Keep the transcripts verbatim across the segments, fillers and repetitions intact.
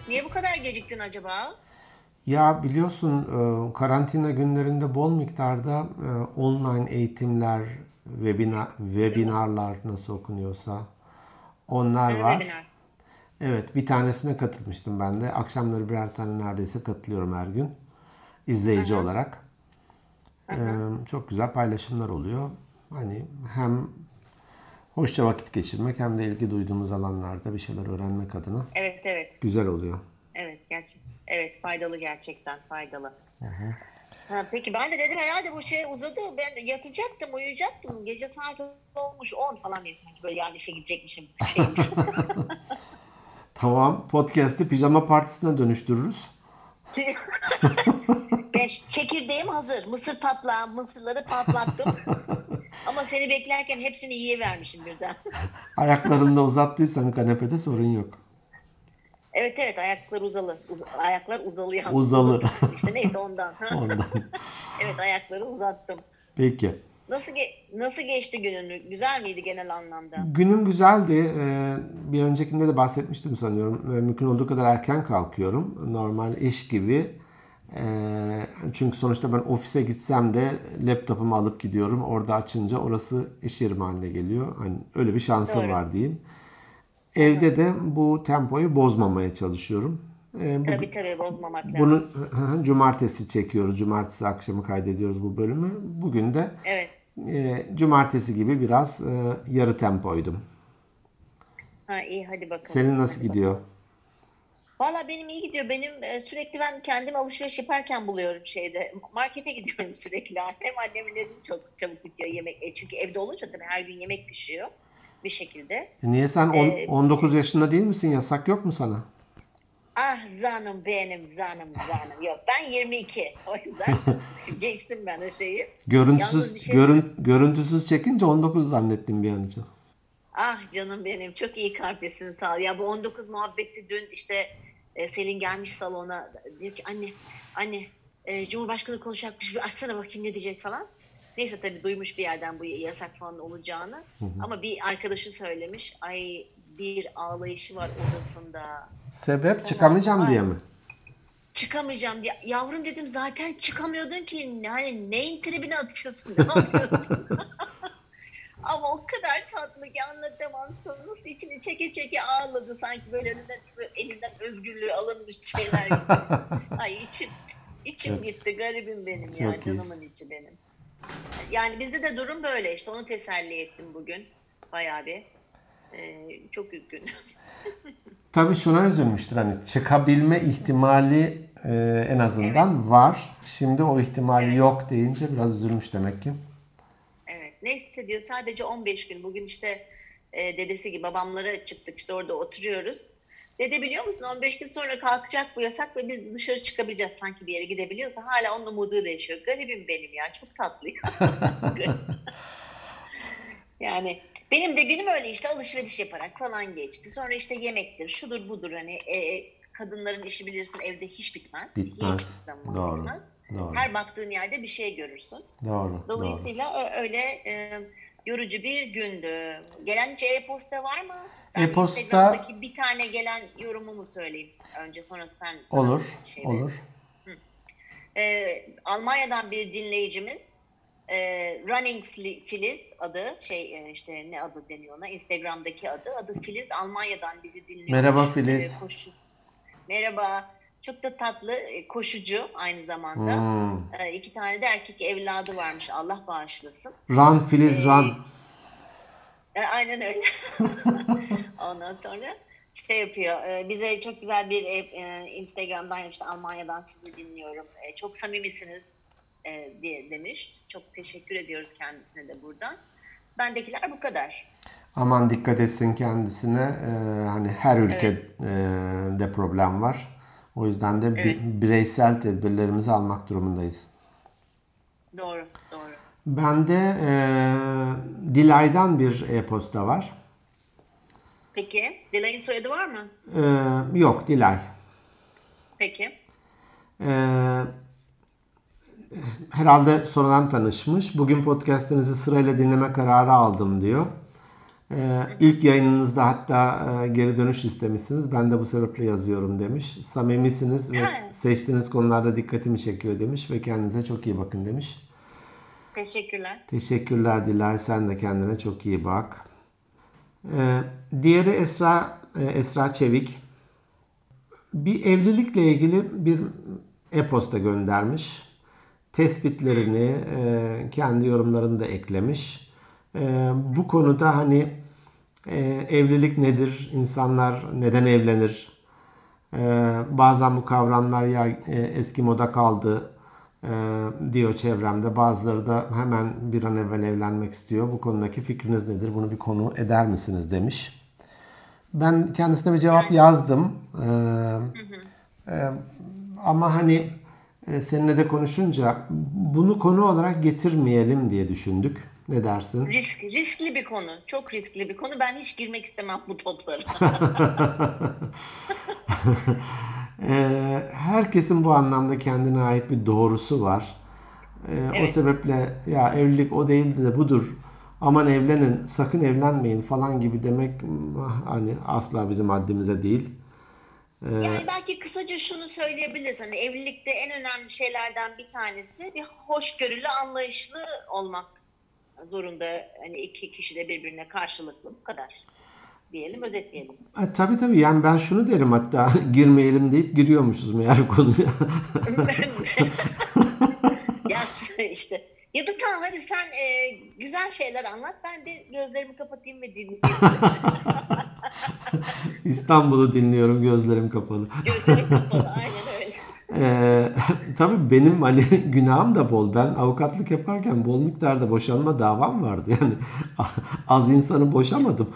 Niye bu kadar geciktin acaba? Ya biliyorsun e, karantina günlerinde bol miktarda e, online eğitimler, webinar, Değil mi? webinarlar nasıl okunuyorsa onlar Ha, var. webinar. Evet, bir tanesine katılmıştım ben de. Akşamları birer tane neredeyse katılıyorum her gün izleyici Aha, olarak. E, aha. Çok güzel paylaşımlar oluyor. Hani hem hoşça vakit geçirmek hem de ilgi duyduğumuz alanlarda bir şeyler öğrenmek adına Evet, evet. güzel oluyor. Evet, gerçek. Evet, faydalı, gerçekten faydalı. Ha, peki ben de dedim herhalde bu şey uzadı. Ben yatacaktım, uyuyacaktım. Gece saat olmuş on falan diye sanki böyle yani işe gidecekmişim şeyim. Tamam, podcast'i pijama partisine dönüştürürüz. Ben çekirdeğim hazır. Mısır patlağı, mısırları patlattım. Ama seni beklerken hepsini yiyivermişim birden. Ayaklarını da uzattıysan kanepede sorun yok. Evet, evet, ayaklar uzalı. Uz- ayaklar uzalı yalnız. Uzalı. Uzun işte neyse ondan. Ondan. Evet, ayakları uzattım. Peki. Nasıl ge- nasıl geçti günün? Güzel miydi genel anlamda? Günüm güzeldi. Ee, bir öncekinde de bahsetmiştim sanıyorum. Ee, Mümkün olduğu kadar erken kalkıyorum. Normal iş gibi. Ee, çünkü sonuçta ben ofise gitsem de laptopumu alıp gidiyorum. Orada açınca orası iş yerim haline geliyor. Hani öyle bir şansım Doğru. var diyeyim. Aha. Evde de bu tempoyu bozmamaya çalışıyorum. Ee, bu, Tabii tabii bozmamak bunu lazım. cumartesi çekiyoruz. Cumartesi akşamı kaydediyoruz bu bölümü. Bugün de Evet. e, cumartesi gibi biraz e, yarı tempoydum. Ha, iyi, hadi bakalım. Senin nasıl Hadi gidiyor? bakalım. Valla benim iyi gidiyor. Benim e, sürekli ben kendim alışveriş yaparken buluyorum şeyde. Markete gidiyorum sürekli. Hem annemin elini çok çabuk bitiyor yemek. E, çünkü evde olunca tabii her gün yemek pişiyor bir şekilde. E niye sen on- E, 19 yaşında değil misin? Yasak yok mu sana? ah zanım benim zanım zanım. Yok, ben yirmi iki. O yüzden geçtim ben o şeyi. Yalnız Görüntüsüz bir şey görün, görüntüsüz çekince on dokuz zannettim bir an için. Ah canım benim, çok iyi kalplisin, sağ ol. Ya bu on dokuz muhabbeti dün işte e, Selin gelmiş salona, diyor ki anne anne e, Cumhurbaşkanı konuşacakmış, bir açsana bakayım ne diyecek falan. Neyse tabii duymuş bir yerden bu yasak falan olacağını, ama bir arkadaşı söylemiş, ay bir ağlayışı var odasında Sebep falan. çıkamayacağım Ay diye mi? çıkamayacağım diye. Yavrum dedim, zaten çıkamıyordun ki, hani neyin tribine atıyorsun, ne yapıyorsun? Ama o kadar tatlı ki anlatamam sana. Nasıl içini çeke çeke ağladı, sanki böyle elinden, elinden özgürlüğü alınmış şeyler gibi. Ay içim içim Çok, gitti, garibim benim ya, çok iyi. canımın içi benim. Yani bizde de durum böyle işte, onu teselli ettim bugün. Bayağı bir e, çok üzgün. Tabii şuna üzülmüştür hani çıkabilme ihtimali e, en Evet, azından var. Şimdi o ihtimali evet, yok deyince biraz üzülmüş demek ki. evet. Neyse diyor, sadece on beş gün. Bugün işte e, dedesi gibi babamlara çıktık, işte orada oturuyoruz. Dede biliyor musun, on beş gün sonra kalkacak bu yasak ve biz dışarı çıkabileceğiz, sanki bir yere gidebiliyorsa. Hala onun umuduyla yaşıyor. Garibim benim ya, çok tatlı. Yani benim de günüm öyle işte, alışveriş yaparak falan geçti. Sonra işte yemektir, şudur budur, hani e, kadınların işi bilirsin, evde hiç bitmez. Hiçbir Bitmez. zaman Doğru. bitmez. Doğru. Her baktığın yerde bir şey görürsün. Doğru. Doğru. Dolayısıyla ö- öyle e, yorucu bir gündü. Gelen hiç e-posta var mı? Ben E-posta Instagram'daki bir tane gelen yorumumu söyleyeyim önce, sonra sen sana olur. şey Olur. veririz. Hı. E, Almanya'dan bir dinleyicimiz, e, Running Fli- Filiz adı, şey e, işte ne adı deniyor ona, Instagram'daki adı adı Filiz, Almanya'dan bizi Merhaba dinliyormuş. E, Filiz. koşu Merhaba. Çok da tatlı, e, koşucu aynı zamanda. Hmm. E, iki tane de erkek evladı varmış. Allah bağışlasın. Run E, Filiz run. e, aynen öyle. Ondan sonra şey yapıyor. E, bize çok güzel bir e, e, Instagram'dan, işte Almanya'dan sizi dinliyorum. E, çok samimisiniz e, diye demiş. Çok teşekkür ediyoruz kendisine de buradan. Bendekiler bu kadar. Aman dikkat etsin kendisine. Ee, hani her Evet, ülkede problem var. O yüzden de bi- evet. bireysel tedbirlerimizi almak durumundayız. Doğru, doğru. Bende e, Dilay'dan bir e-posta var. Peki, Dilay'ın soyadı var mı? Ee, yok Dilay. Peki. Ee, Herhalde sonradan tanışmış. Bugün podcast'inizi sırayla dinleme kararı aldım diyor. Ee, ilk yayınınızda hatta e, geri dönüş istemişsiniz. Ben de bu sebeple yazıyorum demiş. Samimisiniz ve Ha, seçtiğiniz konularda dikkatimi çekiyor demiş ve kendinize çok iyi bakın demiş. teşekkürler. Teşekkürler Dilay. Sen de kendine çok iyi bak. Ee, diğeri Esra e, Esra Çevik. Bir evlilikle ilgili bir e-posta göndermiş. Tespitlerini, e, kendi yorumlarını da eklemiş. E, bu konuda hani e, evlilik nedir? İnsanlar neden evlenir? E, bazen bu kavramlar ya e, eski moda kaldı e, diyor çevremde. Bazıları da hemen bir an evvel evlenmek istiyor. Bu konudaki fikriniz nedir? Bunu bir konu eder misiniz demiş. Ben kendisine bir cevap yazdım. Ee, e, ama hani e, seninle de konuşunca bunu konu olarak getirmeyelim diye düşündük. Ne dersin? Risk, riskli bir konu. Çok riskli bir konu. Ben hiç girmek istemem bu toplara. Ee, herkesin bu anlamda kendine ait bir doğrusu var. Ee, O Evet. sebeple ya evlilik o değildi de budur. Aman evlenin, sakın evlenmeyin falan gibi demek ah, hani asla bizim haddimize değil. Yani belki kısaca şunu söyleyebiliriz. Hani evlilikte en önemli şeylerden bir tanesi bir hoşgörülü, anlayışlı olmak zorunda. Hani iki kişi de birbirine karşılıklı, bu kadar diyelim, özetleyelim. E, tabii tabii yani ben şunu derim hatta girmeyelim deyip giriyormuşuz meğer konuya. Ya işte, ya da tamam, hadi sen e, güzel şeyler anlat, ben de gözlerimi kapatayım ve dinleyeyim. İstanbul'u dinliyorum gözlerim kapalı. Gözlerim kapalı, aynen öyle. Ee, tabii benim hani günahım da bol. Ben avukatlık yaparken bol miktarda boşanma davam vardı. Yani az insanı boşamadım.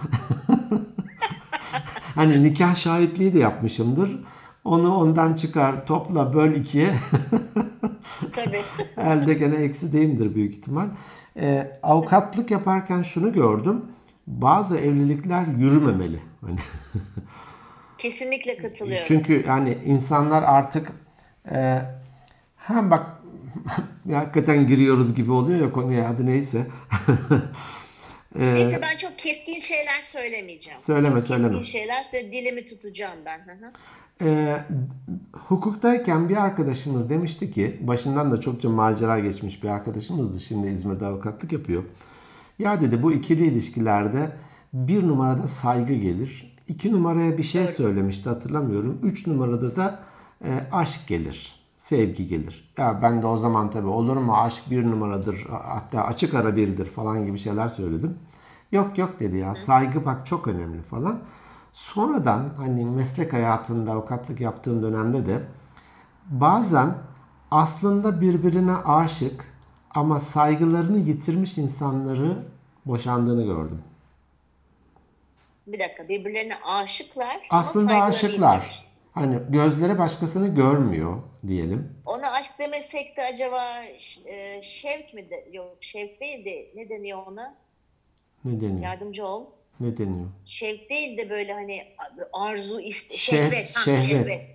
Hani nikah şahitliği de yapmışımdır. Onu ondan çıkar, topla, böl ikiye. Tabii. Elde gene eksideyimdir büyük ihtimal. Ee, avukatlık yaparken şunu gördüm. Bazı evlilikler yürümemeli. Hani Kesinlikle katılıyorum. çünkü yani insanlar artık e, hem bak hakikaten giriyoruz gibi oluyor ya konuya hadi neyse. E, Neyse, ben çok keskin şeyler söylemeyeceğim. söyleme Çok söyleme. keskin şeyler söyle, dilimi tutacağım ben. Hı hı. E, hukuktayken bir arkadaşımız demişti ki başından da çokça macera geçmiş bir arkadaşımızdı. Şimdi İzmir'de avukatlık yapıyor. Ya dedi bu ikili ilişkilerde bir numarada saygı gelir. İki numaraya bir şey Doğru. söylemişti hatırlamıyorum. Üç numarada da e, aşk gelir. Sevgi gelir. Ya ben de o zaman tabii olur mu aşk bir numaradır hatta açık ara birdir falan gibi şeyler söyledim. Yok yok dedi ya saygı bak çok önemli falan. Sonradan hani meslek hayatında avukatlık yaptığım dönemde de bazen aslında birbirine aşık ama saygılarını yitirmiş insanları boşandığını gördüm. Bir dakika, birbirlerine aşıklar ama Aslında saygılarını aşıklar. yitirmiş. Hani gözleri başkasını görmüyor diyelim. Ona aşk demesek de acaba ş- e, şevk mi de, yok şevk değil de ne deniyor ona? Ne deniyor? Yardımcı ol. Ne deniyor? Şevk değil de böyle hani arzu, iste, Şeh, şehvet. Ha, şehvet. şehvet.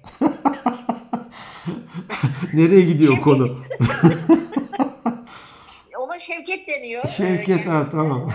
Nereye gidiyor konu? Şevket. Ona şevket deniyor e, Şevket ha kendisine. tamam.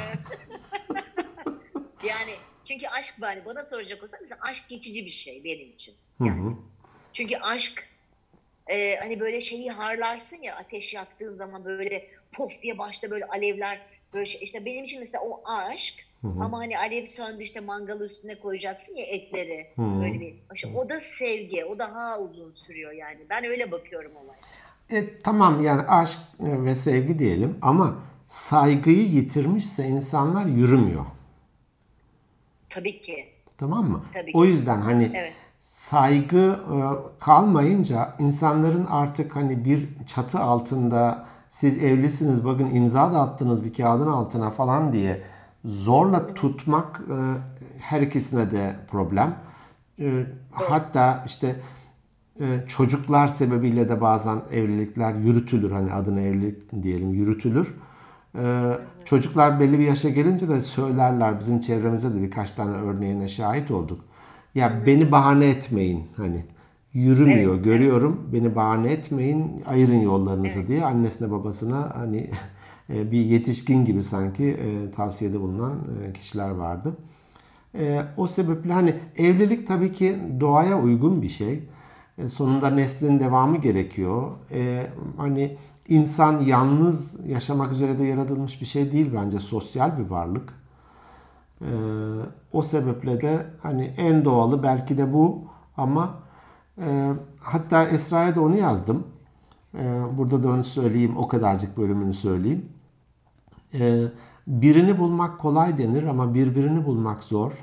E, yani çünkü aşk, hani bana soracak olsan, mesela aşk geçici bir şey benim için. Hı Yani hı. çünkü aşk e, hani böyle şeyi harlarsın ya, ateş yaktığın zaman böyle pof diye başta böyle alevler, böyle şey. İşte benim için mesela o aşk, Hı hı. ama hani alev söndü, işte mangalı üstüne koyacaksın ya etleri, Hı hı. böyle bir işte, o da sevgi, o daha uzun sürüyor yani, ben öyle bakıyorum olaya. E, tamam yani aşk e, ve sevgi diyelim ama saygıyı yitirmişse insanlar yürümüyor. Tabii ki, Tamam mı? tabii O ki. yüzden hani Evet. saygı e, kalmayınca insanların artık hani bir çatı altında siz evlisiniz bakın imza da attınız bir kağıdın altına falan diye zorla tutmak e, her ikisine de problem. E, hatta işte e, çocuklar sebebiyle de bazen evlilikler yürütülür. Hani adına evlilik diyelim yürütülür. E, çocuklar belli bir yaşa gelince de söylerler. Bizim çevremizde de birkaç tane örneğine şahit olduk. Ya beni bahane etmeyin hani. yürümüyor. Evet, evet, Görüyorum. Beni bahane etmeyin. Ayırın yollarınızı evet. diye annesine babasına hani e, bir yetişkin gibi sanki e, tavsiyede bulunan e, kişiler vardı. E, o sebeple hani evlilik tabii ki doğaya uygun bir şey. E, sonunda neslin devamı gerekiyor. E, hani insan yalnız yaşamak üzere de yaratılmış bir şey değil bence. Sosyal bir varlık. E, O sebeple de hani en doğalı belki de bu ama e, hatta Esra'ya da onu yazdım. E, burada da onu söyleyeyim. O kadarcık bölümünü söyleyeyim. E, Birini bulmak kolay denir ama birbirini bulmak zor.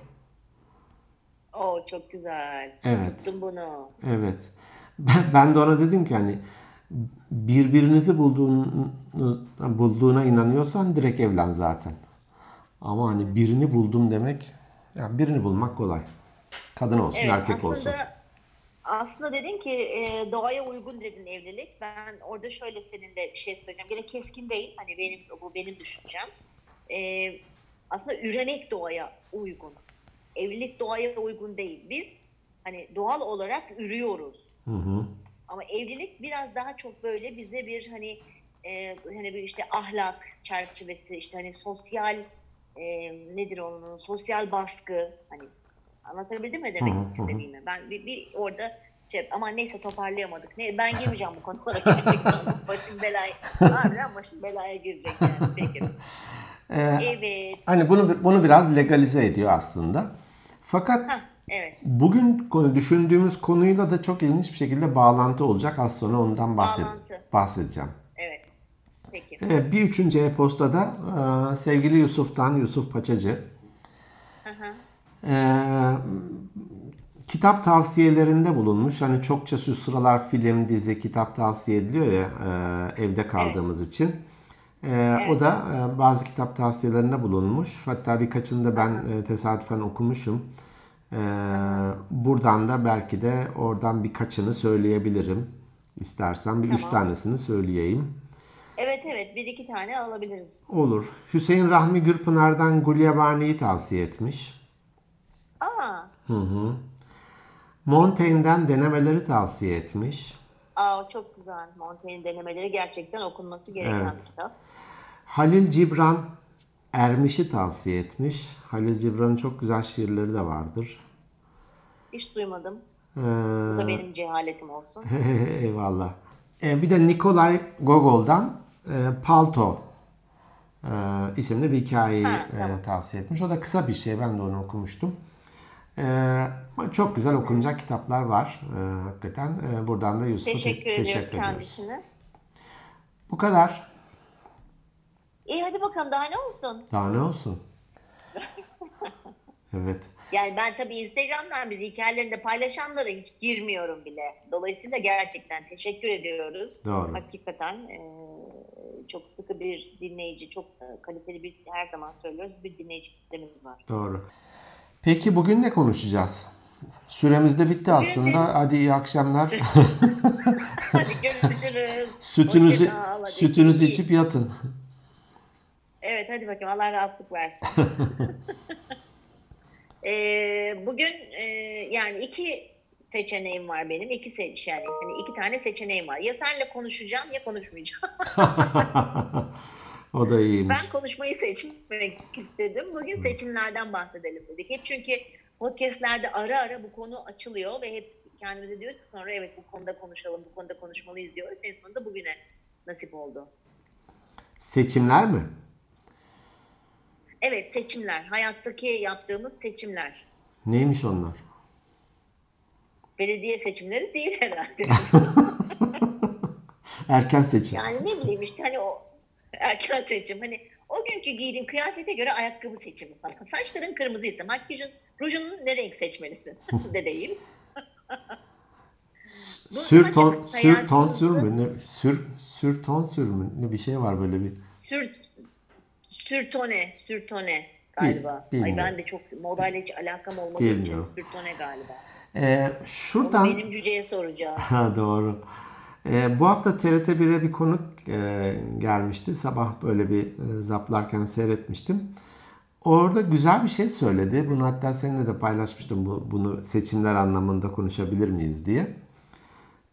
Oo, çok güzel. Evet. Tuttum bunu. Evet. Ben, ben de ona dedim ki hani birbirinizi bulduğunuz, bulduğuna inanıyorsan direkt evlen zaten. Ama Hı hani hı. birini buldum demek, yani birini bulmak kolay. Kadın olsun, Evet, erkek olsun. aslında aslında dedin ki e, doğaya uygun dedin evlilik. Ben orada şöyle seninle bir şey söyleyeceğim. Gene keskin değil. Hani benim bu benim düşüncem. E, Aslında üremek doğaya uygun. Evlilik doğaya uygun değil. Biz hani doğal olarak ürüyoruz. Hı hı. Ama evlilik biraz daha çok böyle bize bir hani e, hani bir işte ahlak çerçevesi, işte hani sosyal e, nedir onun sosyal baskı, hani anlatabildim mi Hı demek hı hı. Hı. istediğimi? Ben bir, bir orada şey, ama neyse toparlayamadık. Ne, ben girmeyeceğim bu konulara gerçekten. Başım belaya, harbiden başım belaya girecek yani. Peki. Ee, Evet. Hani bunu bunu biraz legalize ediyor aslında. Fakat Ha, evet. bugün konu- düşündüğümüz konuyla da çok ilginç bir şekilde bağlantı olacak. Az sonra ondan bahsed Bağlantı. bahsedeceğim. Evet. Peki. Ee, bir üçüncü e-postada e, sevgili Yusuf'tan, Yusuf Paçacı. Hı hı. Ee, Kitap tavsiyelerinde bulunmuş. Hani çokça şu sıralar film, dizi, kitap tavsiye ediliyor ya e, evde Evet. kaldığımız için. Ee, o Evet. da e, bazı kitap tavsiyelerinde bulunmuş. Hatta birkaçını da Hı ben hı. e, tesadüfen okumuşum. Ee, Hı hı. Buradan da belki de oradan birkaçını söyleyebilirim. İstersen bir üç Tamam. tanesini söyleyeyim. Evet, evet, bir iki tane alabiliriz. Olur. Hüseyin Rahmi Gürpınar'dan Gulyabani'yi tavsiye etmiş. Aa, Hı hı. peki. Montaigne'den denemeleri tavsiye etmiş. Aa, çok güzel. Montaigne'in denemeleri gerçekten okunması Evet. gereken bir kitap. Halil Cibran Ermiş'i tavsiye etmiş. Halil Cibran'ın çok güzel şiirleri de vardır. Hiç duymadım. Bu da Ee, benim cehaletim olsun. Eyvallah. Ee, bir de Nikolay Gogol'dan e, Palto e, isimli bir hikayeyi Ha, e, tamam. tavsiye etmiş. O da kısa bir şey. Ben de onu okumuştum. Ee, Çok güzel Hı hı. okunacak kitaplar var e, hakikaten. E, buradan da Yusuf'a Teşekkür te- ediyoruz teşekkür ediyoruz. kendisine. Bu kadar. İyi, hadi bakalım, daha ne olsun? Daha ne olsun? Evet. Yani ben tabii Instagram'dan biz hikayelerinde paylaşanlara hiç girmiyorum bile. Dolayısıyla gerçekten teşekkür ediyoruz. Doğru. Hakikaten eee, çok sıkı bir dinleyici, çok e, kaliteli bir, her zaman söylüyoruz, bir dinleyici kitlemiz var. Doğru. Peki bugün ne konuşacağız? Süremiz de bitti Bugün aslında. de Hadi iyi akşamlar. hadi görüşürüz. Hoşça Sütünüzü kal. Hadi iyi, sütünüzü içip iyi. yatın. Evet, hadi bakayım. Allah rahatlık versin. Ee, bugün e, yani iki seçeneğim var benim. İki seç yani hani iki tane seçeneğim var. Ya senle konuşacağım ya konuşmayacağım. O da Ben iyiymiş. konuşmayı seçmek istedim. Bugün seçimlerden bahsedelim dedik. Hep çünkü podcastlerde ara ara bu konu açılıyor ve hep kendimize diyoruz ki sonra evet bu konuda konuşalım, bu konuda konuşmalıyız diyoruz. En sonunda bugüne nasip oldu. Seçimler mi? Evet, seçimler. Hayattaki yaptığımız seçimler. Neymiş onlar? Belediye seçimleri değil herhalde. Erken seçim. Yani ne bileyim işte hani o erken seçim. Hani o günkü giydiğin kıyafete göre ayakkabı seçimi falan. Saçların kırmızıysa makyajın, rujunun ne renk seçmelisin de değil. Sür Bunlar ton, çok sür tonsür hayatımızın mü? Ne, sür, sür tonsür mü? Ne bir şey var böyle bir. sür, sürtone, sürtone Bil, galiba. Ay bilmiyorum. ben de çok modayla hiç alakam olmadığı için Bilmiyorum. sürtone galiba. Ee, Onu şuradan benim cüceye soracağız. ha, doğru. Ee, bu hafta T R T bire bir konuk e, gelmişti. Sabah böyle bir e, zaplarken seyretmiştim. Orada güzel bir şey söyledi. Bunu hatta seninle de paylaşmıştım. Bu, bunu seçimler anlamında konuşabilir miyiz diye.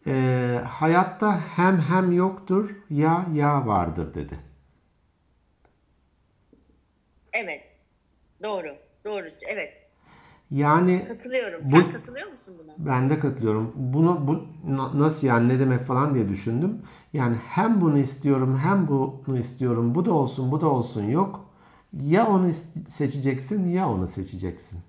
Ee, hayatta hem hem yoktur, ya ya vardır dedi. Evet. Doğru. Doğru. Evet. Yani Katılıyorum. bu Sen katılıyor musun buna? ben de katılıyorum. Bunu bu na- nasıl yani ne demek falan diye düşündüm. Yani hem bunu istiyorum hem bunu istiyorum. Bu da olsun, bu da olsun yok. Ya onu ist- seçeceksin ya onu seçeceksin.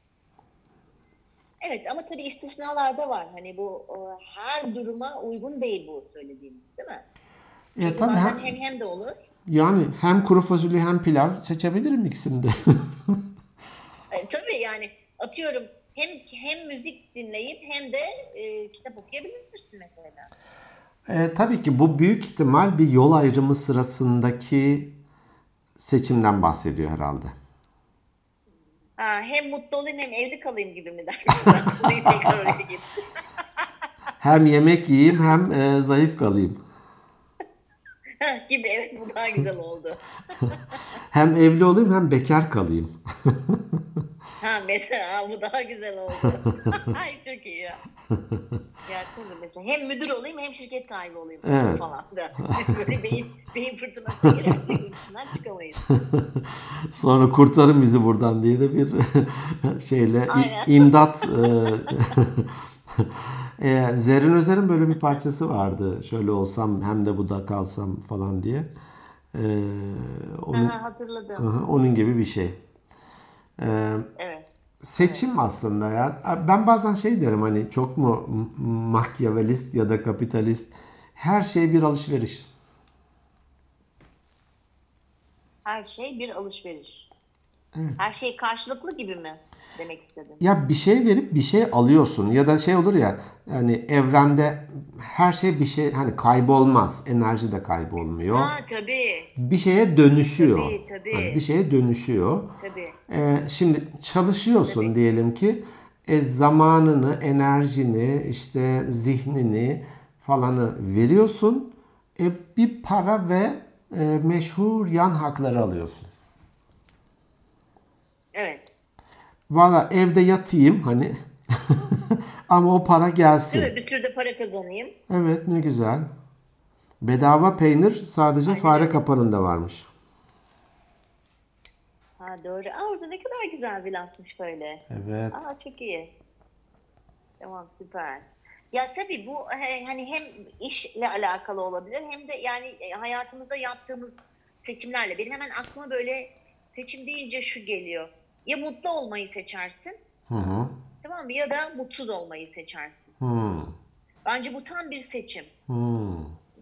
Evet ama tabii istisnalar da var. Hani bu o, her duruma uygun değil bu söylediğimiz, değil mi? E Çünkü tabii bazen hem, hem hem de olur. yani hem kuru fasulye hem pilav seçebilirim ikisini de. E, tabii yani atıyorum hem hem müzik dinleyip hem de e, kitap okuyabilirsin mesela. E, tabii ki bu büyük ihtimal bir yol ayrımı sırasındaki seçimden bahsediyor herhalde. Ha, hem mutlu olayım hem evli kalayım gibi mi dersin? Ben konuyu tekrar oraya getirdim. Hem yemek yiyeyim hem e, zayıf kalayım. Gibi, evet, bu daha güzel oldu. Hem evli olayım hem bekar kalayım. Ha mesela, ha, bu daha güzel oldu. Ay çok iyi ya. Ya tabii mesela hem müdür olayım hem şirket sahibi olayım Evet. falan da. Böyle beyin, beyin fırtınasına girersek içinden çıkamayız. Sonra kurtarın bizi buradan diye de bir şeyle i- Aynen. imdat e, e, Zerrin Özer'in böyle bir parçası vardı. Şöyle olsam hem de bu da kalsam falan diye. E, onun Aha, hatırladım. aha, onun gibi bir şey. E, Evet. Evet. Seçim aslında ya. Ben bazen şey derim hani çok mu m- makyavelist ya da kapitalist. Her şey bir alışveriş. Her şey bir alışveriş. Her şey karşılıklı gibi mi demek istedim? Ya bir şey verip bir şey alıyorsun ya da şey olur ya yani evrende her şey bir şey hani kaybolmaz. Enerji de kaybolmuyor. Ha tabii. Bir şeye dönüşüyor. Tabii Hani bir tabii. şeye dönüşüyor. Tabii. Ee, şimdi çalışıyorsun Tabii. diyelim ki e, zamanını, enerjini, işte zihnini falanı veriyorsun. E, bir para ve e, meşhur yan hakları alıyorsun. Evet. Valla evde yatayım hani ama o para Değil gelsin. mi? Bir sürü de para kazanayım. Evet ne güzel. Bedava peynir sadece Aynen fare öyle. kapanında varmış. Ha doğru. Aa, orada ne kadar güzel bir lafmış böyle. Evet. Aa çok iyi. Tamam, süper. Ya tabii bu he- hani hem işle alakalı olabilir hem de yani e, hayatımızda yaptığımız seçimlerle. Benim hemen aklıma böyle seçim deyince şu geliyor. Ya mutlu olmayı seçersin, Hı hı. tamam mı? Ya da mutsuz olmayı seçersin. Hı. Bence bu tam bir seçim. Hı.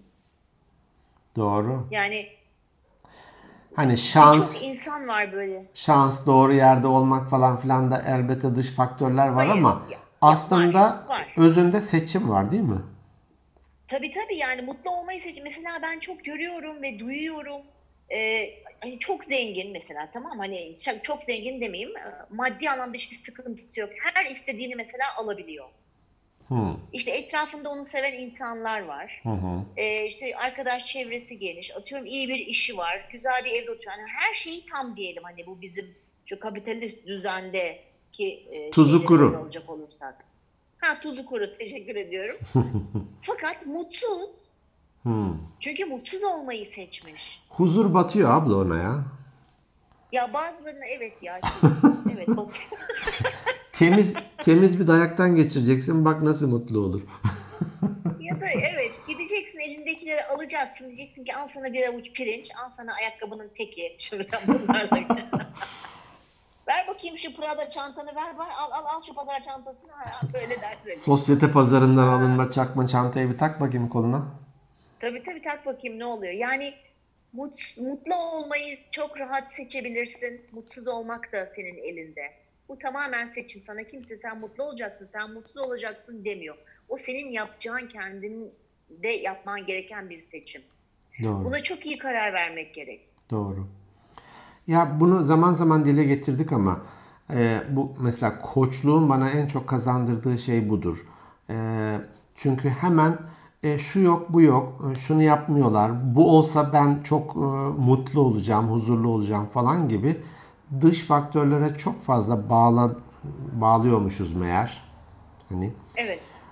Doğru. Yani Hani birçok şans, insan var böyle. şans, doğru yerde olmak falan filan da elbette dış faktörler var Hayır, ama ya, ya var, aslında var. özünde seçim var değil mi? Tabii tabii yani mutlu olmayı seç. Mesela ben çok görüyorum ve duyuyorum. Ee, hani çok zengin mesela, tamam, hani ç- çok zengin demeyeyim. e, Maddi anlamda hiçbir sıkıntısı yok. Her istediğini mesela alabiliyor. Hı. İşte etrafında onu seven insanlar var. Hı hı. Ee, işte arkadaş çevresi geniş. Atıyorum iyi bir işi var. Güzel bir evde oturuyor. Yani her şeyi tam diyelim, hani bu bizim şu kapitalist düzendeki e, Tuzu şeyleri baz kuru. alacak olursak. Ha, tuzu kuru, teşekkür ediyorum. Fakat mutsuz. Hı. Çünkü mutsuz olmayı seçmiş. Huzur batıyor abla ona ya. Ya bazılarına evet ya çok evet batıyor. Temiz temiz bir dayaktan geçireceksin. Bak nasıl mutlu olur. Ya da evet, gideceksin elindekileri alacaksın, diyeceksin ki al sana bir avuç pirinç, al sana ayakkabının teki. Şunu sen bunlarla. Ver bakayım şu Prada çantanı, ver ver, al al al şu pazar çantasını, ha, böyle ders vereceksin. Sosyete pazarından Aa, alınma çakma çantayı bir tak bakayım koluna. tabii tabii, tak bakayım ne oluyor. Yani mut, mutlu olmayı çok rahat seçebilirsin. Mutsuz olmak da senin elinde. Bu tamamen seçim. Sana kimse sen mutlu olacaksın, sen mutsuz olacaksın demiyor. O senin yapacağın, kendinde yapman gereken bir seçim. Doğru. Buna çok iyi karar vermek gerek. Doğru. Ya bunu zaman zaman dile getirdik ama e, bu mesela koçluğun bana en çok kazandırdığı şey budur. E, çünkü hemen e, şu yok bu yok, e, şunu yapmıyorlar, bu olsa ben çok e, mutlu olacağım, huzurlu olacağım falan gibi dış faktörlere çok fazla bağla, bağlıyormuşuz meğer. Hani Evet.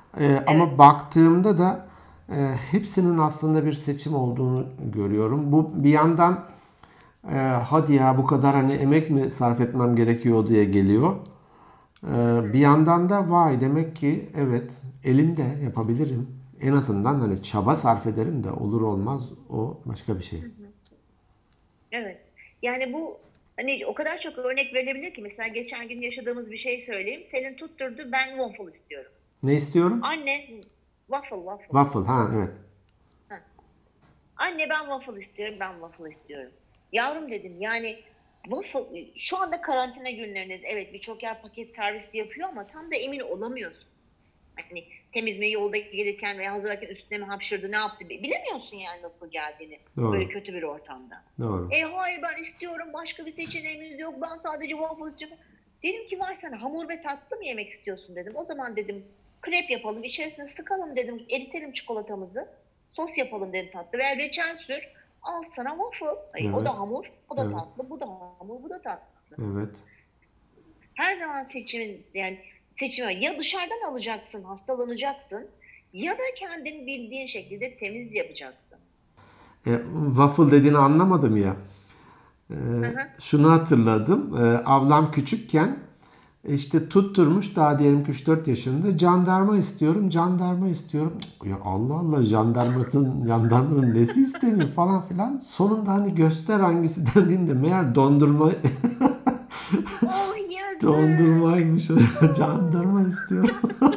Ee, Evet. ama baktığımda da e, hepsinin aslında bir seçim olduğunu görüyorum. Bu bir yandan e, hadi ya bu kadar hani emek mi sarf etmem gerekiyor diye geliyor. Hı Ee, bir hı. yandan da vay demek ki evet elimde yapabilirim. En azından hani çaba sarf ederim de olur olmaz o başka bir şey. Hı hı. Evet. Yani bu hani o kadar çok örnek verilebilir ki mesela geçen gün yaşadığımız bir şey söyleyeyim. Selin tutturdu ben waffle istiyorum. Ne istiyorum? Anne waffle waffle. Waffle ha evet. Heh. Anne ben waffle istiyorum, ben waffle istiyorum. Yavrum dedim yani waffle şu anda karantina günleriniz evet birçok yer paket servisi yapıyor ama tam da emin olamıyorsun. Hani temiz mi yolda gelirken veya hazırlarken üstüne mi hapşırdı ne yaptı bilemiyorsun yani nasıl geldiğini böyle Doğru. kötü bir ortamda. Doğru. E hayır ben istiyorum başka bir seçeneğimiz yok ben sadece waffle istiyorum. Dedim ki var sana hamur ve tatlı mı yemek istiyorsun dedim. O zaman dedim krep yapalım içerisine sıkalım dedim eritelim çikolatamızı. Sos yapalım dedim tatlı veya reçel sür al sana waffle. Ay, o Evet. da hamur o da Evet. tatlı bu da hamur bu da tatlı. Evet. Her zaman seçimin yani seçime ya dışarıdan alacaksın, hastalanacaksın ya da kendin bildiğin şekilde temiz yapacaksın. E, waffle dediğini anlamadım ya. E, Hı hı. şunu hatırladım. E, ablam küçükken işte tutturmuş daha diyelim ki üç dört yaşında jandarma istiyorum, jandarma istiyorum. Ya Allah Allah jandarmasının jandarmanın nesi isteniyor falan filan. Sonunda hani göster hangisi dendiğinde meğer dondurma Oh yazık. dondurmaymış. Jandarma istiyorum.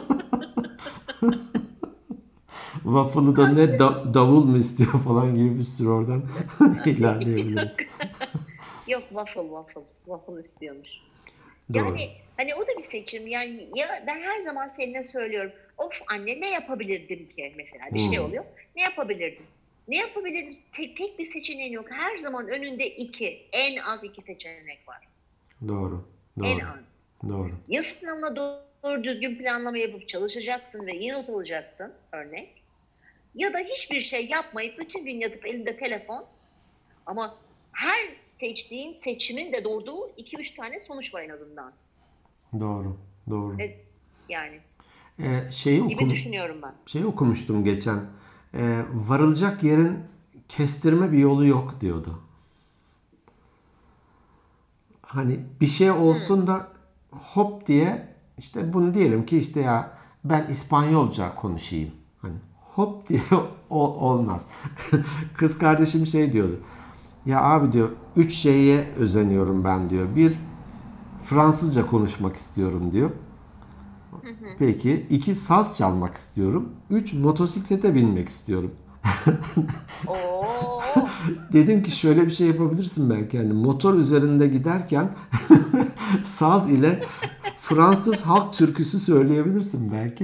Waffle'ı da ne Haklı. da- davul mu istiyor falan gibi bir sürü oradan Yok. ilerleyebiliriz. Yok waffle waffle. Waffle istiyormuş. Doğru. Yani hani o da bir seçim. Yani ya ben her zaman seninle söylüyorum. Of anne ne yapabilirdim ki mesela bir şey Hmm, oluyor. Ne yapabilirdim? Ne yapabilirdim? Tek, tek bir seçeneğin yok. Her zaman önünde iki, en az iki seçenek var. doğru. En Doğru. az. Doğru. Ya sınavına doğru düzgün planlama yapıp çalışacaksın ve iyi not alacaksın örnek. Ya da hiçbir şey yapmayıp bütün gün yatıp elinde telefon ama her seçtiğin seçimin de doğurduğu iki üç tane sonuç var en azından. Doğru. Doğru. Evet, yani Ee, şeyi gibi okum düşünüyorum ben. şeyi okumuştum geçen. Ee, varılacak yerin kestirme bir yolu yok diyordu. Hani bir şey Hmm. olsun da hop diye işte bunu diyelim ki işte ya ben İspanyolca konuşayım. Hani hop diye o olmaz. Kız kardeşim şey diyordu. Ya abi diyor üç şeye özeniyorum ben diyor. Bir Fransızca konuşmak istiyorum diyor. Hı hı. Peki iki saz çalmak istiyorum. Üç motosiklete binmek istiyorum. Oo. Dedim ki şöyle bir şey yapabilirsin belki yani motor üzerinde giderken saz ile Fransız halk türküsü söyleyebilirsin belki.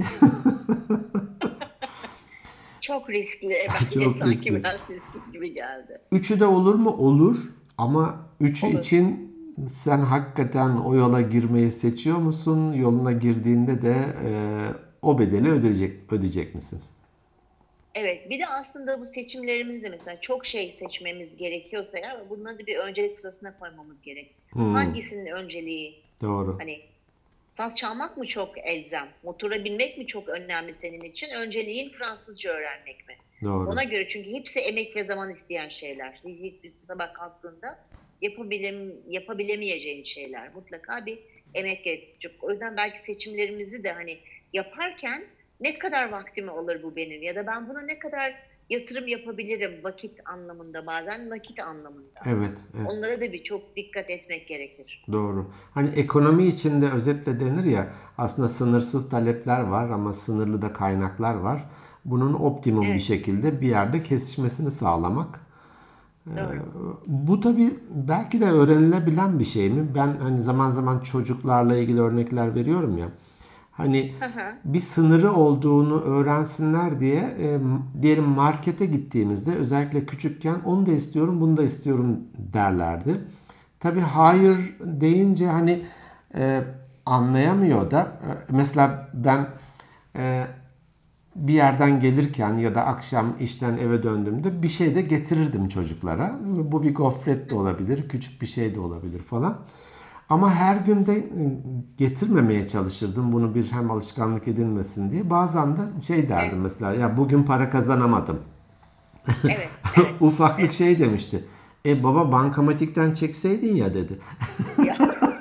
Çok riskli. Bence Çok sanki riskli. biraz riskli gibi geldi. Üçü de olur mu? Olur. Ama üçü Olur. için sen hakikaten o yola girmeyi seçiyor musun? Yoluna girdiğinde de e, o bedeli ödeyecek, ödeyecek misin? Evet, bir de aslında bu seçimlerimizde mesela çok şey seçmemiz gerekiyorsa eğer bunları da bir öncelik sırasına koymamız gerek. Hmm, Hangisinin önceliği? doğru. Hani saz çalmak mı çok elzem? Motora binmek mi çok önemli senin için? Önceliğin Fransızca öğrenmek mi? Doğru. Ona göre çünkü hepsi emek ve zaman isteyen şeyler. Hiçbir sabah kalktığında yapabilem, yapabilemeyeceğin şeyler. Mutlaka bir emek gerekecek. O yüzden belki seçimlerimizi de hani yaparken ne kadar vaktimi alır bu benim ya da ben buna ne kadar yatırım yapabilirim vakit anlamında bazen nakit anlamında. Evet, evet. Onlara da bir çok dikkat etmek gerekir. Doğru. Hani ekonomi içinde özetle denir ya aslında sınırsız talepler var ama sınırlı da kaynaklar var. Bunun optimum bir Evet, şekilde bir yerde kesişmesini sağlamak. doğru. Bu tabii belki de öğrenilebilen bir şey mi? Ben hani zaman zaman çocuklarla ilgili örnekler veriyorum ya. Hani Hı hı. bir sınırı olduğunu öğrensinler diye e, diyelim markete gittiğimizde özellikle küçükken onu da istiyorum bunu da istiyorum derlerdi. Tabii Hı hayır hı. deyince hani e, anlayamıyor da. E, mesela ben e, bir yerden gelirken ya da akşam işten eve döndüğümde bir şey de getirirdim çocuklara. Bu bir gofret Hı de hı. olabilir, küçük bir şey de olabilir falan. Ama her gün de e, getirmemeye çalışırdım bunu bir hem alışkanlık edinmesin diye. Bazen de şey derdim Evet, mesela ya bugün para kazanamadım. evet, evet, Ufaklık evet. şey demişti. E baba bankamatikten çekseydin ya dedi. Ya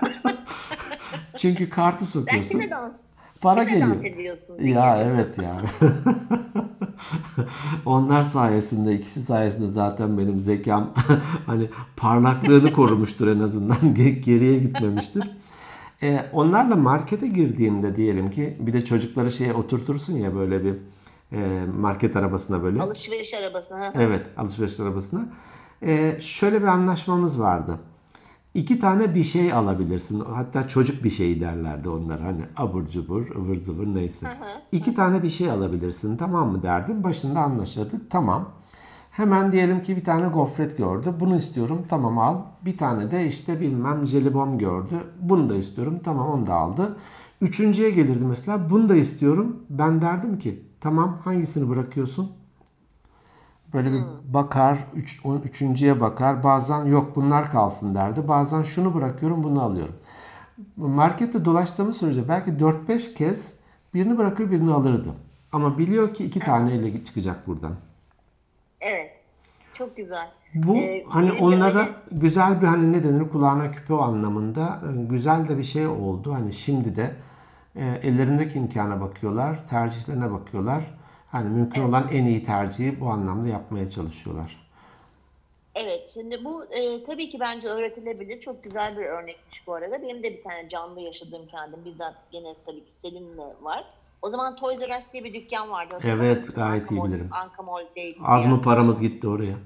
Çünkü kartı sen sokuyorsun. kime dans Para kime geliyor. dans ediyorsun Ya peki? evet ya. Onlar sayesinde, ikisi sayesinde zaten benim zekam hani parlaklığını korumuştur en azından. Ge- Geriye gitmemiştir. E, onlarla markete girdiğimde diyelim ki bir de çocukları şeye oturtursun ya böyle bir e, market arabasına böyle. Alışveriş arabasına. Hı hı. Evet, alışveriş arabasına. E, şöyle bir anlaşmamız vardı. İki tane bir şey alabilirsin. Hatta çocuk bir şey derlerdi onlar. Hani abur cubur, ıvır zıvır neyse. Hı hı. Hı İki hı. tane bir şey alabilirsin. Tamam mı derdim. Başında anlaşırdık. Tamam. Hemen diyelim ki bir tane gofret gördü. Bunu istiyorum. Tamam al. Bir tane de işte bilmem jelibon gördü. Bunu da istiyorum. Tamam onu da aldı. Üçüncüye gelirdi mesela. Bunu da istiyorum. Ben derdim ki tamam hangisini bırakıyorsun? Böyle bir Hı. bakar, üç, o üçüncüye bakar. Bazen yok bunlar kalsın derdi. Bazen şunu bırakıyorum, bunu alıyorum. Markette dolaştığımız sürece belki dört beş kez birini bırakır birini alırdı. Ama biliyor ki iki Aha. taneyle çıkacak buradan. Evet. Çok güzel. Bu Ee, hani benim de onlara öyle. güzel bir hani ne denir kulağına küpe o anlamında e, güzel de bir şey oldu. Hani şimdi de e, ellerindeki imkana bakıyorlar, tercihlerine bakıyorlar. Hani mümkün Evet. olan en iyi tercihi bu anlamda yapmaya çalışıyorlar. Evet. Şimdi bu e, tabii ki bence öğretilebilir. Çok güzel bir örnekmiş bu arada. Benim de bir tane canlı yaşadığım kendim. Bizzat gene tabii ki Selin'le var. O zaman Toys R Us diye bir dükkan vardı. Hatırlar Evet, mısın? gayet Anka iyi Mall, bilirim. Anka Mall'deydi Az mı ya. paramız gitti oraya?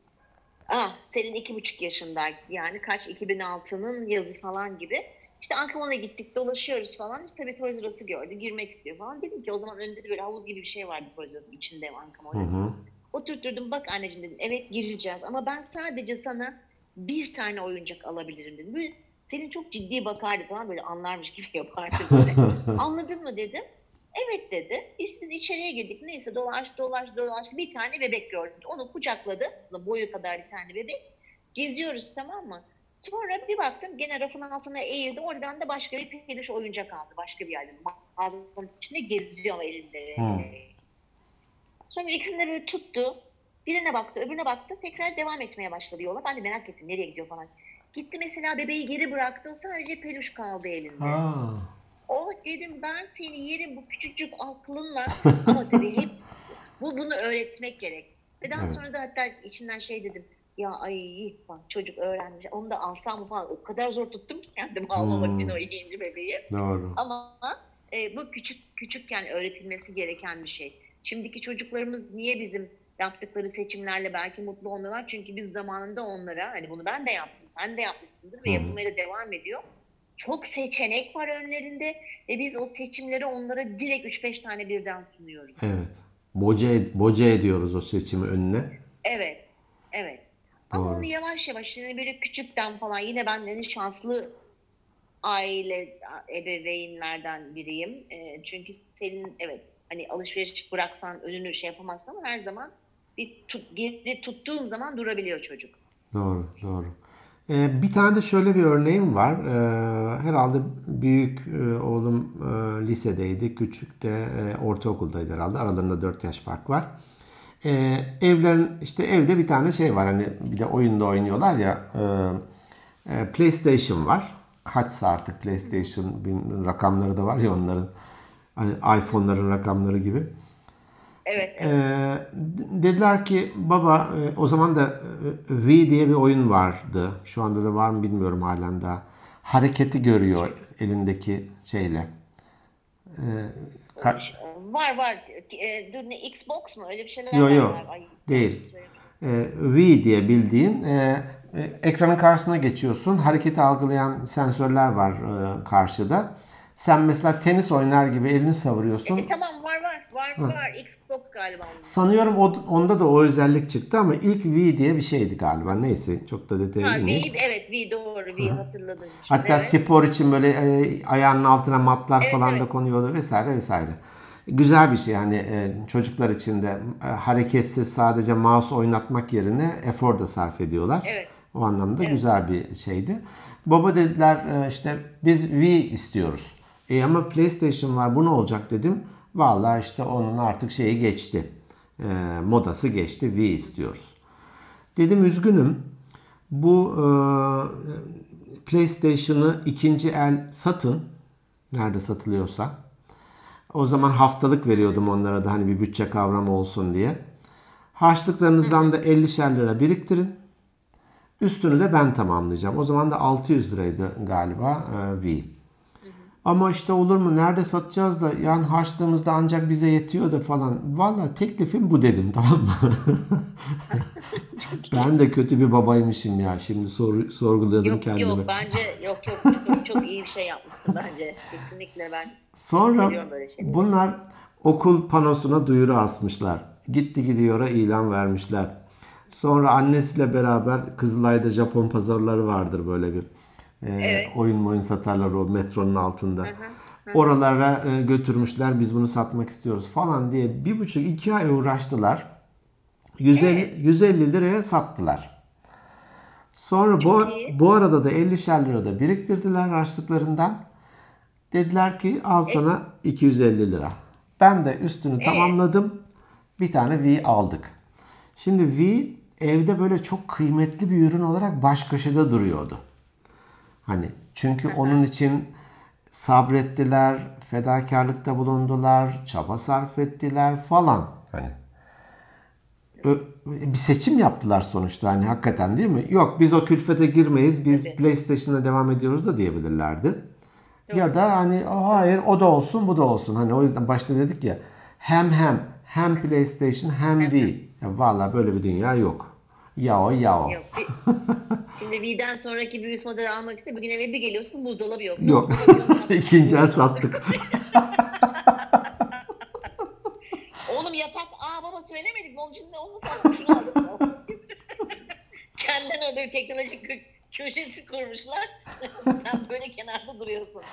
Ah, Selin iki buçuk yaşındaydı. Yani kaç iki bin altının yazı falan gibi. İşte Ankamol'a gittik dolaşıyoruz falan. İşte tabii Toys R Us'ı gördü. Girmek istiyor falan. Dedim ki o zaman önünde de böyle havuz gibi bir şey vardı Toys R Us'ın içinde Hı Ankamol'ün. hı. Oturtturdum bak anneciğim dedim. Evet gireceğiz ama ben sadece sana bir tane oyuncak alabilirim dedim. Böyle, Selin çok ciddi bakardı tamam böyle anlarmış gibi yapardı böyle. Anladın mı dedim. Evet dedi. Biz, biz içeriye girdik. Neyse dolaş dolaş dolaş. Bir tane bebek gördüm. Onu kucakladı. Boyu kadar bir tane bebek. Geziyoruz tamam mı? Sonra bir baktım gene rafın altına eğildi. Oradan da başka bir peluş oyuncak aldı. Başka bir yerden. Mağazanın içinde geziyor ama elinde. Hı. Sonra ikisini de böyle tuttu. Birine baktı, öbürüne baktı. Tekrar devam etmeye başladı yola. Ben de merak ettim nereye gidiyor falan. Gitti mesela bebeği geri bıraktı. Sadece peluş kaldı elinde. Aa. Oh dedim ben seni yerim bu küçücük aklınla. Ama tabii hep bu bunu öğretmek gerek. Ve daha Evet. sonra da hatta içimden şey dedim. Ya ay bak çocuk öğrenmiş. Onu da alsam mı falan. O kadar zor tuttum ki kendimi almamak için Hmm, o ikinci bebeği. doğru. Ama e, bu küçük küçükken öğretilmesi gereken bir şey. Şimdiki çocuklarımız niye bizim yaptıkları seçimlerle belki mutlu olmuyorlar? Çünkü biz zamanında onlara hani bunu ben de yaptım, sen de yapmışsındır Hı ve hı. yapılmaya da devam ediyor. Çok seçenek var önlerinde ve biz o seçimleri onlara direkt üç beş tane birden sunuyoruz. Evet. Boca, ed- boca ediyoruz o seçimi önüne. Evet, evet. Ama onu Doğru. yavaş yavaş şimdi böyle küçükten falan yine ben hani şanslı aile ebeveynlerden biriyim. E, çünkü senin evet hani alışveriş bıraksan önünü şey yapamazsın ama her zaman bir tut, geri tuttuğum zaman durabiliyor çocuk. Doğru. Doğru. Ee, bir tane de şöyle bir örneğim var. Ee, herhalde büyük e, oğlum e, lisedeydi. Küçük de e, ortaokuldaydı herhalde. Aralarında dört yaş fark var. Ee, evlerin işte evde bir tane şey var. Hani bir de oyunda oynuyorlar ya. e, e, PlayStation var. Kaçsa artık Hı hı, PlayStation bin- rakamları da var ya onların. Hani hı hı. iPhone'ların rakamları gibi. Evet, evet. Ee, dediler ki baba e, o zaman da e, V diye bir oyun vardı. Şu anda da var mı bilmiyorum halen daha. Hareketi görüyor elindeki şeyle. Ee, Ka- ş- Var var. E, dur ne Xbox mu? Öyle bir şeyler yo var yo galiba. Ay yanlış değil. söylemiş olayım. Ee, V diye bildiğin e, e, ekranın karşısına geçiyorsun. Hareketi algılayan sensörler var e, karşıda. Sen mesela tenis oynar gibi elini E, savuruyorsun. tamam var var. Var var. Xbox galiba onun adı. Sanıyorum o, onda da o özellik çıktı ama ilk V diye bir şeydi galiba. Neyse çok da detaya Ha V girmeyeyim. evet V doğru V hatırladım şimdi Hatta evet. spor için böyle e, ayağının altına matlar Evet falan da evet. konuyordu vesaire vesaire. Güzel bir şey yani e, çocuklar için de e, hareketsiz sadece mouse oynatmak yerine efor da sarf ediyorlar. Evet. O anlamda Evet. güzel bir şeydi. Baba dediler e, işte biz Wii istiyoruz. E ama PlayStation var, bu ne olacak dedim. Vallahi işte onun artık şeyi geçti. E, modası geçti. Wii istiyoruz. Dedim üzgünüm. Bu e, PlayStation'ı ikinci el satın. Nerede satılıyorsa. O zaman haftalık veriyordum onlara da hani bir bütçe kavramı olsun diye. Hı hı. Harçlıklarınızdan da ellişer lira biriktirin. Üstünü de ben tamamlayacağım. O zaman da altı yüz liraydı galiba e, Wii. Hı hı. Ama işte olur mu? Nerede satacağız da yani harçlığımızda ancak bize yetiyor da falan. Valla teklifim bu dedim, tamam mı? Çok iyi. Ben de kötü bir babaymışım ya. Şimdi sor, sorguladım Yok kendimi. yok, bence yok yok, çok çok iyi bir şey yapmışsın bence. Kesinlikle ben Sonra seviyorum böyle şeyleri. bunlar okul panosuna duyuru asmışlar. Gitti gidiyor'a ilan vermişler. Sonra annesiyle beraber Kızılay'da Japon pazarları vardır, böyle bir e, Evet. oyun oyun satarlar o metronun altında. Hı hı. Hı hı. Oralara e, götürmüşler, biz bunu satmak istiyoruz falan diye bir buçuk iki ay uğraştılar. yüz elli, Evet. yüz elli liraya sattılar. Sonra Çok bu, iyi. bu arada da ellişer lira da biriktirdiler harçlıklarından. Dediler ki al E, sana iki yüz elli lira. Ben de üstünü e, tamamladım. Bir tane Wii aldık. Şimdi Wii evde böyle çok kıymetli bir ürün olarak baş köşede duruyordu. Hani çünkü hı onun hı. için sabrettiler, fedakarlıkta bulundular, çaba sarf ettiler falan. Hani bir seçim yaptılar sonuçta, hani hakikaten, değil mi? Yok biz o külfete girmeyiz, biz Tabii. PlayStation'la devam ediyoruz da diyebilirlerdi. Ya Doğru. da hani Doğru. hayır o da olsun bu da olsun. Hani o yüzden başta dedik ya, hem hem hem PlayStation hem Hı hı. Wii. Ya vallahi böyle bir dünya yok. Ya o ya o. Yok. Bir, şimdi V'den sonraki bir üst model almak için bir gün eve bir geliyorsun, buzdolabı yok. Ne Yok. oldu? Bakıyorsun yatak İkinci el boyunu aldık. sattık. Oğlum yatak, aa baba söylemedik mi? Onun için ne olmasa aldık, şunu aldık falan. Kendilerine orada bir teknolojik kö- köşesi kurmuşlar. Sen böyle kenarda duruyorsun.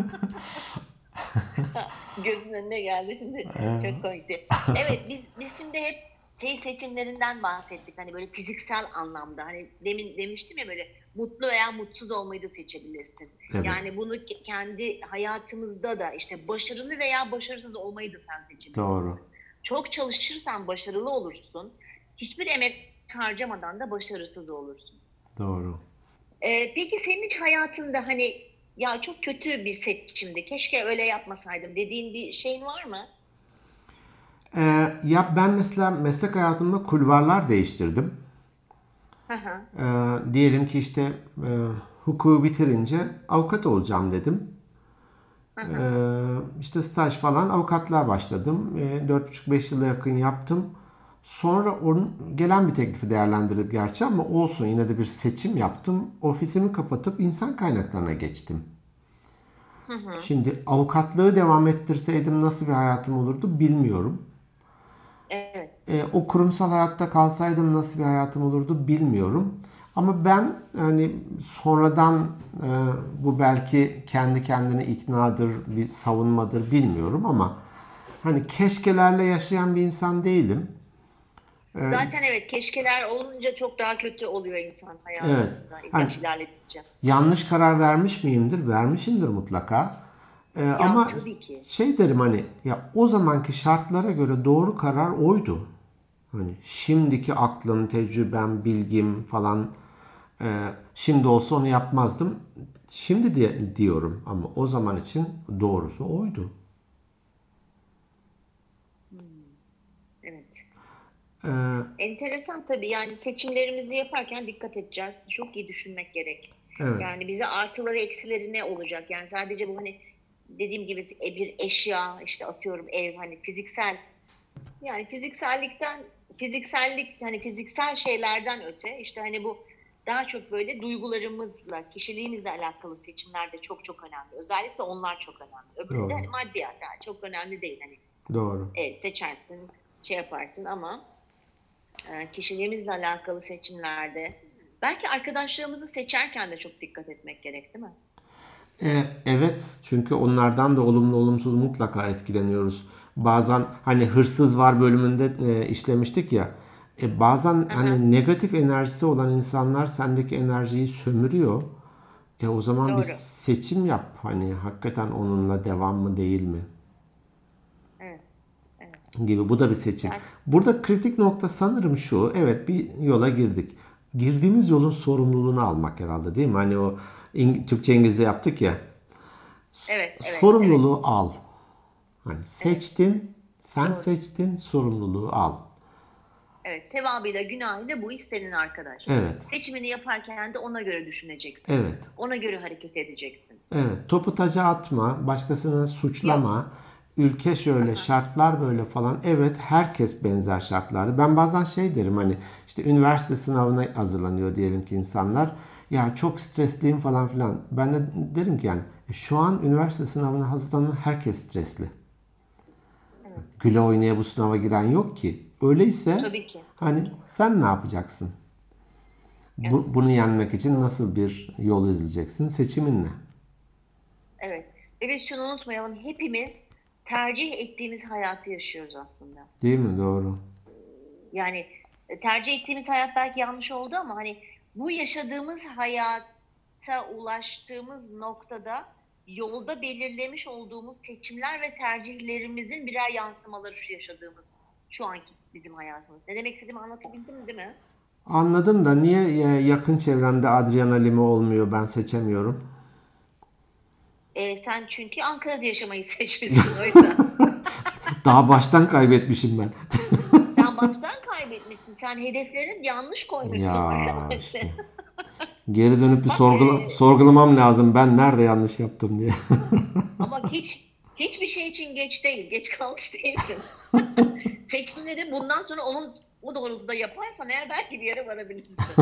Gözümün önüne geldi şimdi. Çok komikti. Evet, biz biz şimdi hep şey seçimlerinden bahsettik. Hani böyle fiziksel anlamda. Hani demin demiştim ya, böyle mutlu veya mutsuz olmayı da seçebilirsin. Evet. Yani bunu ke- kendi hayatımızda da işte başarılı veya başarısız olmayı da sen seçebilirsin. Doğru. Çok çalışırsan başarılı olursun. Hiçbir emek harcamadan da başarısız olursun. Doğru. Ee, peki senin hiç hayatında hani ya çok kötü bir seçimdi, keşke öyle yapmasaydım dediğin bir şeyin var mı? Ee, ya ben mesela meslek hayatımda kulvarlar değiştirdim. Hı hı. Ee, diyelim ki işte e, hukuku bitirince avukat olacağım dedim. Hı hı. Ee, işte staj falan avukatlığa başladım. Ee, dört buçuk beş yıla yakın yaptım. Sonra onun gelen bir teklifi değerlendirdim gerçi, ama olsun, yine de bir seçim yaptım. Ofisimi kapatıp insan kaynaklarına geçtim. Hı hı. Şimdi avukatlığı devam ettirseydim nasıl bir hayatım olurdu bilmiyorum. Evet. E, o kurumsal hayatta kalsaydım nasıl bir hayatım olurdu bilmiyorum. Ama ben hani sonradan e, bu belki kendi kendine iknadır, bir savunmadır bilmiyorum, ama hani keşkelerle yaşayan bir insan değilim. E, Zaten evet, keşkeler olunca çok daha kötü oluyor insan evet. hayatında Hani yaş ilerledikçe. yanlış karar vermiş miyimdir? Vermişimdir mutlaka. E, Ya ama tabii ki. şey derim, hani ya o zamanki şartlara göre doğru karar oydu. Hani şimdiki aklım, tecrübem, bilgim falan, e, şimdi olsa onu yapmazdım. Şimdi diye diyorum, ama o zaman için doğrusu oydu. Hmm, evet. E, Enteresan tabii, yani seçimlerimizi yaparken dikkat edeceğiz. Çok iyi düşünmek gerek. evet, Yani bize artıları eksileri ne olacak? Yani sadece bu hani dediğim gibi e, bir eşya, işte atıyorum ev, hani fiziksel, yani fiziksellikten fiziksellik, hani fiziksel şeylerden öte işte hani bu daha çok böyle duygularımızla, kişiliğimizle alakalı seçimler de çok çok önemli. Özellikle onlar çok önemli. Öbürü de doğru, hani maddiyat, yani çok önemli değil. Hani doğru. evet, seçersin, şey yaparsın ama e, kişiliğimizle alakalı seçimlerde belki arkadaşlarımızı seçerken de çok dikkat etmek gerek, değil mi? E, evet, çünkü onlardan da olumlu olumsuz mutlaka etkileniyoruz. Bazen hani hırsız var bölümünde e, işlemiştik ya. E bazen Hı hı. hani negatif enerjisi olan insanlar sendeki enerjiyi sömürüyor. E o zaman bir Doğru. seçim yap. Hani hakikaten onunla devam mı değil mi? Evet. Evet. Gibi. Bu da bir seçim. Yani Burada kritik nokta sanırım şu. Evet, bir yola girdik. Girdiğimiz yolun sorumluluğunu almak herhalde, değil mi? Hani o İng- Türkçe İngilizce yaptık ya. evet, evet, evet, Sorumluluğu al. Hani evet. seçtin, sen Doğru. seçtin, sorumluluğu al. Evet. Sevabıyla günahıyla bu iş senin arkadaş. Evet, Seçimini yaparken de ona göre düşüneceksin. evet, Ona göre hareket edeceksin. evet. Topu taca atma, başkasını Yok. suçlama. Ülke şöyle, Aha. şartlar böyle falan. Evet, herkes benzer şartlarda. Ben bazen şey derim, hani işte üniversite sınavına hazırlanıyor diyelim ki insanlar. Ya çok stresliyim falan filan. Ben de derim ki yani e, şu an üniversite sınavına hazırlanan herkes stresli. Evet. Güle oynaya bu sınava giren yok ki. Öyleyse Tabii ki. Tabii hani ki. sen ne yapacaksın? Evet. Bu, bunu yenmek için Doğru. nasıl bir yol izleyeceksin? Seçimin ne? Evet. Ve biz şunu unutmayalım. Hepimiz tercih ettiğimiz hayatı yaşıyoruz aslında. Değil mi? Doğru. Yani e, tercih ettiğimiz hayat belki yanlış oldu ama hani bu yaşadığımız hayata ulaştığımız noktada yolda belirlemiş olduğumuz seçimler ve tercihlerimizin birer yansımaları şu yaşadığımız şu anki bizim hayatımız. Ne demek istediğimi anlatabildim değil mi? Anladım da niye e, yakın çevremde Adriana Lima olmuyor, ben seçemiyorum? Ee, sen çünkü Ankara'da yaşamayı seçmişsin o yüzden. Daha baştan kaybetmişim ben. Sen baştan kaybetmişsin. Sen hedeflerin yanlış koymuşsun Ya arkadaş. işte. Geri dönüp bir Bak sorgula e, sorgulamam lazım. Ben nerede yanlış yaptım diye. ama hiç hiçbir şey için geç değil. Geç kalmış değilsin. Seçimleri bundan sonra onun o doğrultuda yaparsan eğer belki bir yere varabilirsin.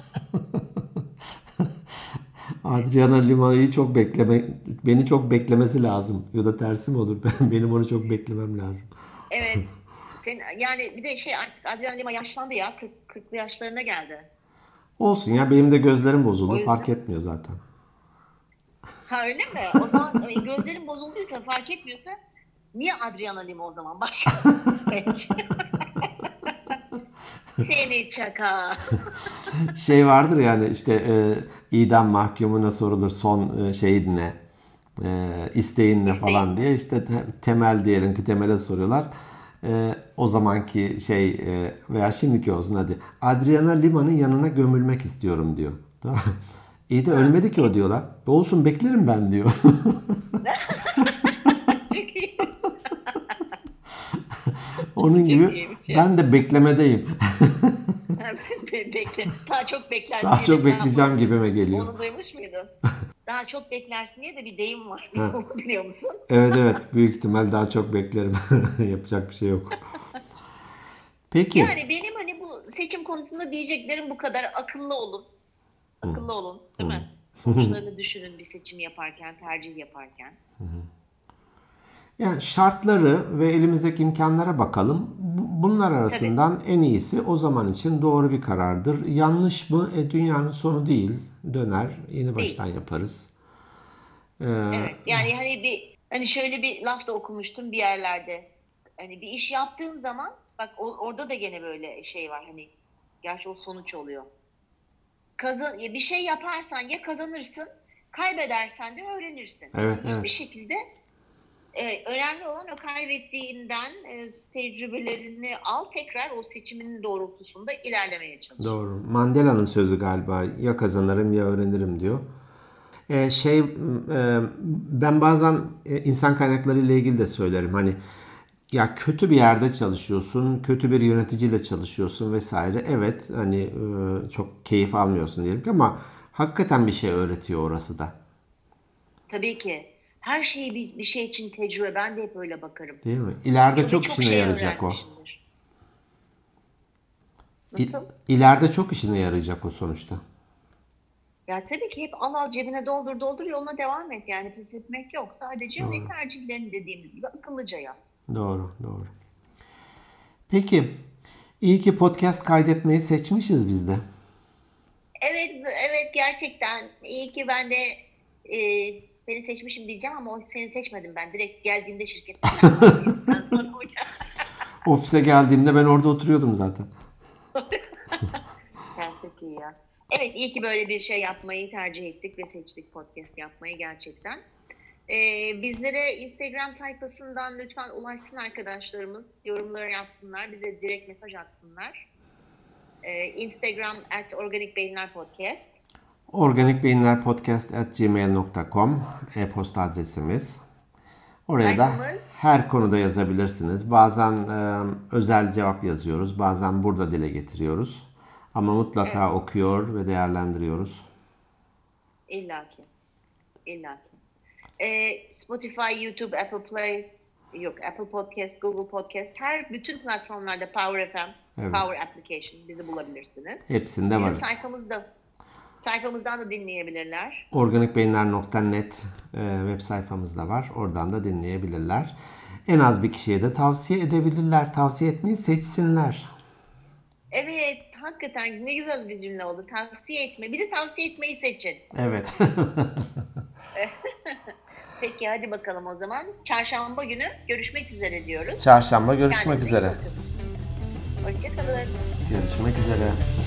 Adriana Lima'yı çok bekleme, beni çok beklemesi lazım. Ya da tersi mi olur? Ben, benim onu çok beklemem lazım. Evet. Sen, yani bir de şey artık Adrian Lima yaşlandı ya. kırk, kırklı yaşlarına geldi. Olsun ya, benim de gözlerim O bozuldu. Fark yüzden. etmiyor zaten. Ha öyle mi? O zaman e, gözlerin bozulduysa fark etmiyorsa niye Adriana Lima o zaman? Bak seç. Seni çaka. Şey vardır yani işte e, idam mahkumuna sorulur son e, şeyin ne? E, isteğin ne falan İsteyin. diye işte te- temel diyelim ki temele soruyorlar. E, o zamanki şey e, veya şimdiki olsun hadi. Adriana Lima'nın yanına gömülmek istiyorum diyor. Tamam mı? İyi de Ha, ölmedi ki o diyorlar. Olsun beklerim ben diyor. çok iyiymiş. Onun Çok gibi iyiymiş ya. ben de beklemedeyim. Be- Bekle. Daha çok beklersin Daha diye çok bir laf bekleyeceğim vardır. gibime geliyor. Onu duymuş muydun? Daha çok beklersin diye de bir deyim var. Ha. Onu biliyor musun? Evet, evet, büyük ihtimal daha çok beklerim. Yapacak bir şey yok. Peki. Yani benim hani bu seçim konusunda diyeceklerim bu kadar. Akıllı olun. Akıllı olun, değil mi? Sonuçlarını düşünün bir seçim yaparken, tercih yaparken. Yani şartları ve elimizdeki imkanlara bakalım. Bu- Bunlar Tabii, arasından en iyisi o zaman için doğru bir karardır. Yanlış mı? E, dünyanın sonu değil. Döner, yeni baştan değil. yaparız. Ee, Evet. Yani hani bir hani şöyle bir laf da okumuştum bir yerlerde. Hani bir iş yaptığın zaman bak o- orada da gene böyle şey var hani gerçi o sonuç oluyor. Kazan bir şey yaparsan ya kazanırsın, kaybedersen de öğrenirsin. evet, Hiçbir evet. şekilde e, önemli olan o kaybettiğinden e, tecrübelerini al tekrar o seçiminin doğrultusunda ilerlemeye çalış. Doğru. Mandela'nın sözü galiba. Ya kazanırım ya öğrenirim diyor. Ee, şey e, ben bazen e, insan kaynakları ile ilgili de söylerim. Hani ya kötü bir yerde çalışıyorsun, kötü bir yöneticiyle çalışıyorsun vesaire. Evet, hani e, çok keyif almıyorsun diyelim ki ama hakikaten bir şey öğretiyor orası da. Tabii ki her şeyi bir, bir şey için tecrübe. Ben de hep öyle bakarım. Değil mi? İleride Çok, ve çok çok işine şey yarayacak o. öğrenmişimdir. İ- Nasıl? İleride çok işine yarayacak o sonuçta. Ya tabii ki hep al al cebine doldur doldur yoluna devam et. Yani pes etmek yok. Sadece hani Doğru. tercihlerini dediğimiz gibi akıllıca yap. Doğru, doğru. Peki, iyi ki podcast kaydetmeyi seçmişiz biz de. Evet, evet gerçekten iyi ki ben de e, seni seçmişim diyeceğim ama o seni seçmedim ben. Direkt geldiğinde şirkette sen fark ettin. Sen sonra o gel. Ofise geldiğimde ben orada oturuyordum zaten. Sen çok iyi ya. Evet, iyi ki böyle bir şey yapmayı tercih ettik ve seçtik podcast yapmayı gerçekten. Ee, bizlere Instagram sayfasından lütfen ulaşsın arkadaşlarımız. Yorumları yapsınlar. Bize direkt mesaj atsınlar. Ee, Instagram at Organik Beyinler Podcast. organikbeyinlerpodcast at gmail nokta com e-posta adresimiz. Oraya da Sayfamız. her konuda yazabilirsiniz. Bazen e, özel cevap yazıyoruz. Bazen burada dile getiriyoruz. Ama mutlaka Evet. okuyor ve değerlendiriyoruz. İlla ki. İlla ki. Ee, Spotify, YouTube, Apple Play, yok Apple Podcast, Google Podcast, her bütün platformlarda Power F M, Evet. Power Application bizi bulabilirsiniz. Hepsinde Bizim varız. sayfamızda, sayfamızdan da dinleyebilirler. organikbeyinler nokta net e, web sayfamızda var. Oradan da dinleyebilirler. En az bir kişiye de tavsiye edebilirler. Tavsiye etmeyi seçsinler. Evet, hakikaten ne güzel bir cümle oldu. Tavsiye etme. Bizi tavsiye etmeyi seçin. Evet. Peki hadi bakalım o zaman. Çarşamba günü görüşmek üzere diyoruz. Çarşamba görüşmek Kendinize iyi üzere. bakın. Hoşça kalın. Görüşmek üzere.